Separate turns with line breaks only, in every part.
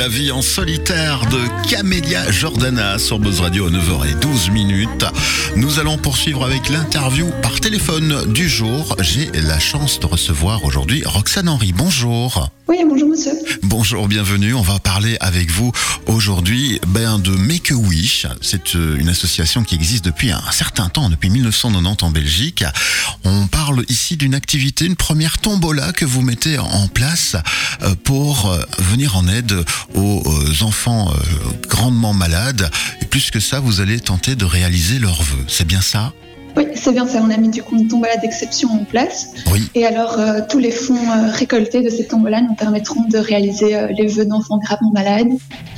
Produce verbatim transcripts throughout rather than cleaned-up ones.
La vie en solitaire de Camélia Jordana sur Buzz Radio à neuf heures douze minutes. Nous allons poursuivre avec l'interview par téléphone du jour. J'ai la chance de recevoir aujourd'hui Roxane Henry. Bonjour.
Oui, bonjour monsieur.
Bonjour, bienvenue. On va parler avec vous aujourd'hui ben, de Make-A-Wish. C'est une association qui existe depuis un certain temps, depuis mille neuf cent quatre-vingt-dix en Belgique. On parle ici d'une activité, une première tombola que vous mettez en place pour venir en aide aux enfants grandement malades. Et plus que ça, vous allez tenter de réaliser leurs vœux. C'est bien ça ?
Oui, c'est bien ça. On a mis du coup une tombola d'exception en place.
Oui.
Et alors, euh, tous les fonds euh, récoltés de cette tombola nous permettront de réaliser euh, les vœux d'enfants gravement malades.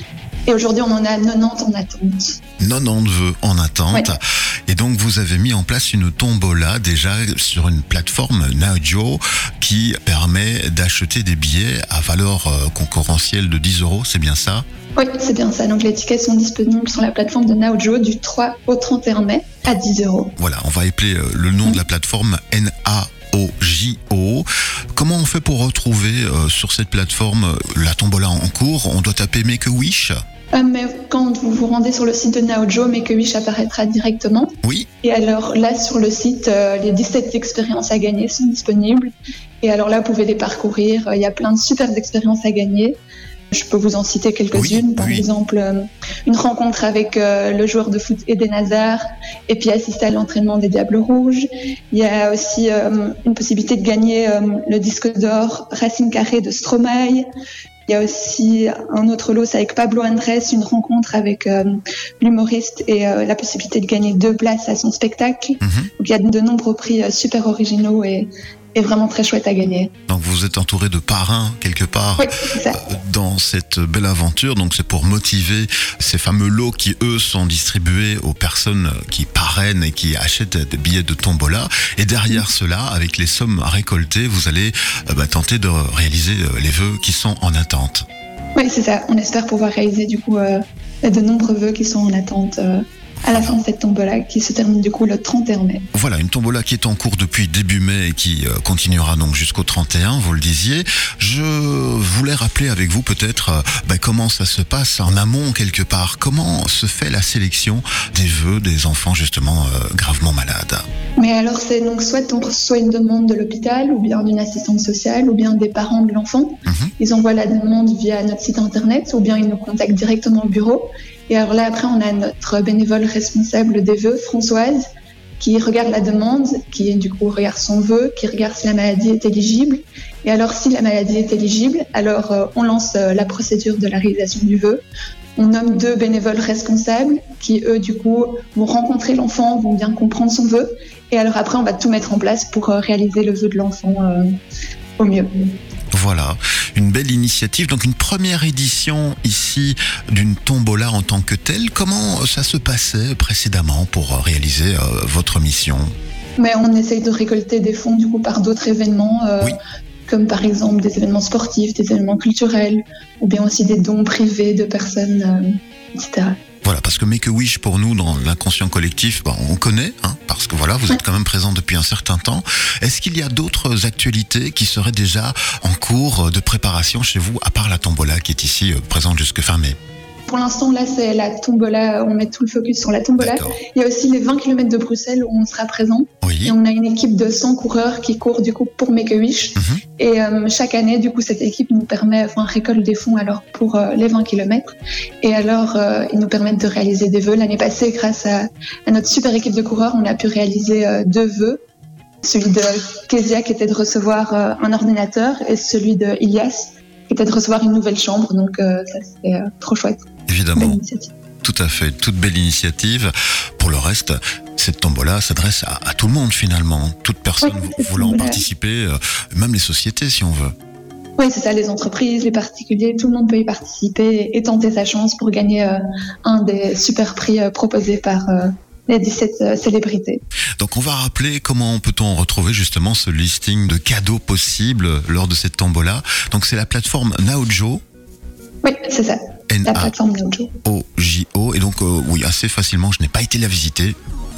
Et aujourd'hui, on en a quatre-vingt-dix en attente.
quatre-vingt-dix vœux en attente.
Oui.
Et donc, vous avez mis en place une tombola déjà sur une plateforme Naojo qui permet d'acheter des billets à valeur euh, concurrentielle de dix euros. C'est bien ça ?
Oui, c'est bien ça. Donc, les tickets sont disponibles sur la plateforme de Naojo du trois au trente et un mai à dix euros.
Voilà, on va appeler le nom de la plateforme N A O J O. Comment on fait pour retrouver euh, sur cette plateforme la tombola en cours ? On doit taper Make-A-Wish ?
Euh, mais quand vous vous rendez sur le site de Naojo, Make-A-Wish apparaîtra directement.
Oui.
Et alors là, sur le site, euh, les dix-sept expériences à gagner sont disponibles. Et alors là, vous pouvez les parcourir. Il y a plein de super expériences à gagner. Je peux vous en citer quelques-unes.
Oui,
Par
oui.
exemple, euh, une rencontre avec euh, le joueur de foot Eden Hazard et puis assister à l'entraînement des Diables Rouges. Il y a aussi euh, une possibilité de gagner euh, le disque d'or Racine Carré de Stromae. Il y a aussi un autre lot, c'est avec Pablo Andrés, une rencontre avec euh, l'humoriste et euh, la possibilité de gagner deux places à son spectacle.
Mhm.
Donc il y a de nombreux prix euh, super originaux et, et vraiment très chouettes à gagner.
Donc vous êtes entouré de parrains quelque part
Oui, c'est ça.
euh, dans cette belle aventure. Donc c'est pour motiver ces fameux lots qui eux sont distribués aux personnes qui parrainent et qui achètent des billets de tombola. Et derrière cela, avec les sommes récoltées, vous allez euh, bah, tenter de réaliser euh, les vœux qui sont en attente.
Oui, c'est ça. On espère pouvoir réaliser du coup euh, de nombreux vœux qui sont en attente euh, à la fin de cette tombola qui se termine du coup le trente et un mai.
Voilà, une tombola qui est en cours depuis début mai et qui euh, continuera donc jusqu'au trente et un, vous le disiez. Je voulais rappeler avec vous peut-être euh, bah, comment ça se passe en amont quelque part. Comment se fait la sélection des vœux des enfants justement euh, gravement malades ?
Mais alors c'est donc soit on reçoit une demande de l'hôpital ou bien d'une assistante sociale ou bien des parents de l'enfant.
Mhm.
Ils envoient la demande via notre site internet ou bien ils nous contactent directement au bureau. Et alors là après on a notre bénévole responsable des vœux, Françoise, qui regarde la demande, qui du coup regarde son vœu, qui regarde si la maladie est éligible. Et alors si la maladie est éligible, alors euh, on lance euh, la procédure de la réalisation du vœu. On nomme deux bénévoles responsables qui, eux, du coup, vont rencontrer l'enfant, vont bien comprendre son vœu. Et alors après, on va tout mettre en place pour euh, réaliser le vœu de l'enfant euh, au mieux.
Voilà, une belle initiative. Donc une première édition ici d'une tombola en tant que telle. Comment ça se passait précédemment pour réaliser euh, votre mission ?
Mais on essaye de récolter des fonds, du coup, par d'autres événements. Euh,
Oui.
Comme par exemple des événements sportifs, des événements culturels, ou bien aussi des dons privés de personnes, euh, et cetera.
Voilà, parce que Make-A-Wish, pour nous, dans l'inconscient collectif, ben, on connaît, hein, parce que voilà, vous êtes quand même présent depuis un certain temps. Est-ce qu'il y a d'autres actualités qui seraient déjà en cours de préparation chez vous, à part la tombola qui est ici euh, présente jusque fin mai ?
Pour l'instant, là, c'est la tombola, on met tout le focus sur la tombola.
D'accord.
Il y a aussi les vingt kilomètres de Bruxelles où on sera présent.
Oui.
Et on a une équipe de cent coureurs qui courent du coup pour Make-A-Wish.
Mhm.
Et euh, chaque année, du coup, cette équipe nous permet, enfin, récolte des fonds alors pour euh, les vingt kilomètres. Et alors, euh, ils nous permettent de réaliser des vœux. L'année passée, grâce à, à notre super équipe de coureurs, on a pu réaliser euh, deux vœux. Celui de Kezia qui était de recevoir euh, un ordinateur et celui de Ilias qui était de recevoir une nouvelle chambre. Donc euh, ça, c'est euh, trop chouette.
Évidemment.
Belle initiative.
Tout à fait, toute belle initiative. Pour le reste, cette tombola s'adresse à, à tout le monde finalement. Toute personne
Oui, cette
voulant
tombola.
participer, euh, même les sociétés si on veut.
Oui, c'est ça, les entreprises, les particuliers, tout le monde peut y participer et tenter sa chance pour gagner euh, un des super prix euh, proposés par euh, les dix-sept euh, célébrités.
Donc on va rappeler comment peut-on retrouver justement ce listing de cadeaux possibles lors de cette tombola. Donc c'est la plateforme Naojo.
Oui, c'est ça,
N
la
A
plateforme Naojo.
O J O. Et donc euh, oui, assez facilement, je n'ai pas été la visiter.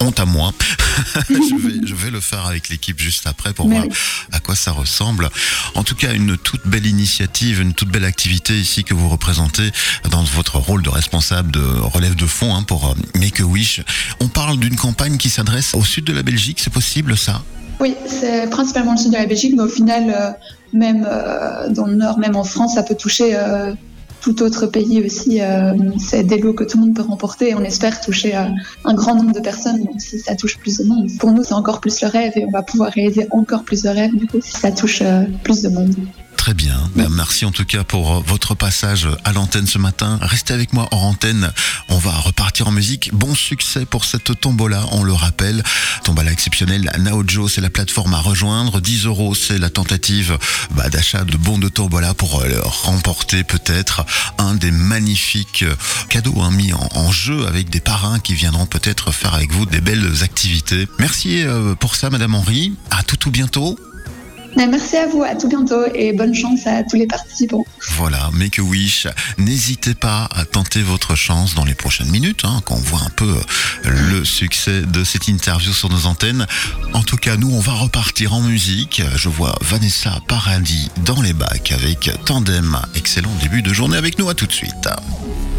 honte à moi. je, vais, je vais le faire avec l'équipe juste après pour
Merci.
voir à quoi ça ressemble. En tout cas, une toute belle initiative, une toute belle activité ici que vous représentez dans votre rôle de responsable de relève de fonds hein, pour Make-A-Wish. On parle d'une campagne qui s'adresse au sud de la Belgique, c'est possible ça ?
Oui, c'est principalement le sud de la Belgique, mais au final, euh, même euh, dans le nord, même en France, ça peut toucher euh, tout autre pays aussi. Euh, c'est des lots que tout le monde peut remporter et on espère toucher euh, un grand nombre de personnes. Donc si ça touche plus de monde, pour nous, c'est encore plus le rêve et on va pouvoir réaliser encore plus de rêves du coup si ça touche euh, plus de monde.
Très bien. Ben, merci en tout cas pour votre passage à l'antenne ce matin. Restez avec moi hors antenne. On va repartir en musique. Bon succès pour cette tombola, on le rappelle. Tombola exceptionnelle. Naojo, c'est la plateforme à rejoindre. dix euros, c'est la tentative bah, d'achat de bons de tombola pour euh, remporter peut-être un des magnifiques cadeaux hein, mis en, en jeu avec des parrains qui viendront peut-être faire avec vous des belles activités. Merci euh, pour ça, Madame Henry. À tout tout bientôt.
Merci à vous, à tout bientôt et bonne chance à tous les participants.
Voilà, Make-A-Wish, n'hésitez pas à tenter votre chance dans les prochaines minutes, hein, quand on voit un peu le succès de cette interview sur nos antennes. En tout cas, nous, on va repartir en musique. Je vois Vanessa Paradis dans les bacs avec Tandem. Excellent début de journée avec nous, à tout de suite.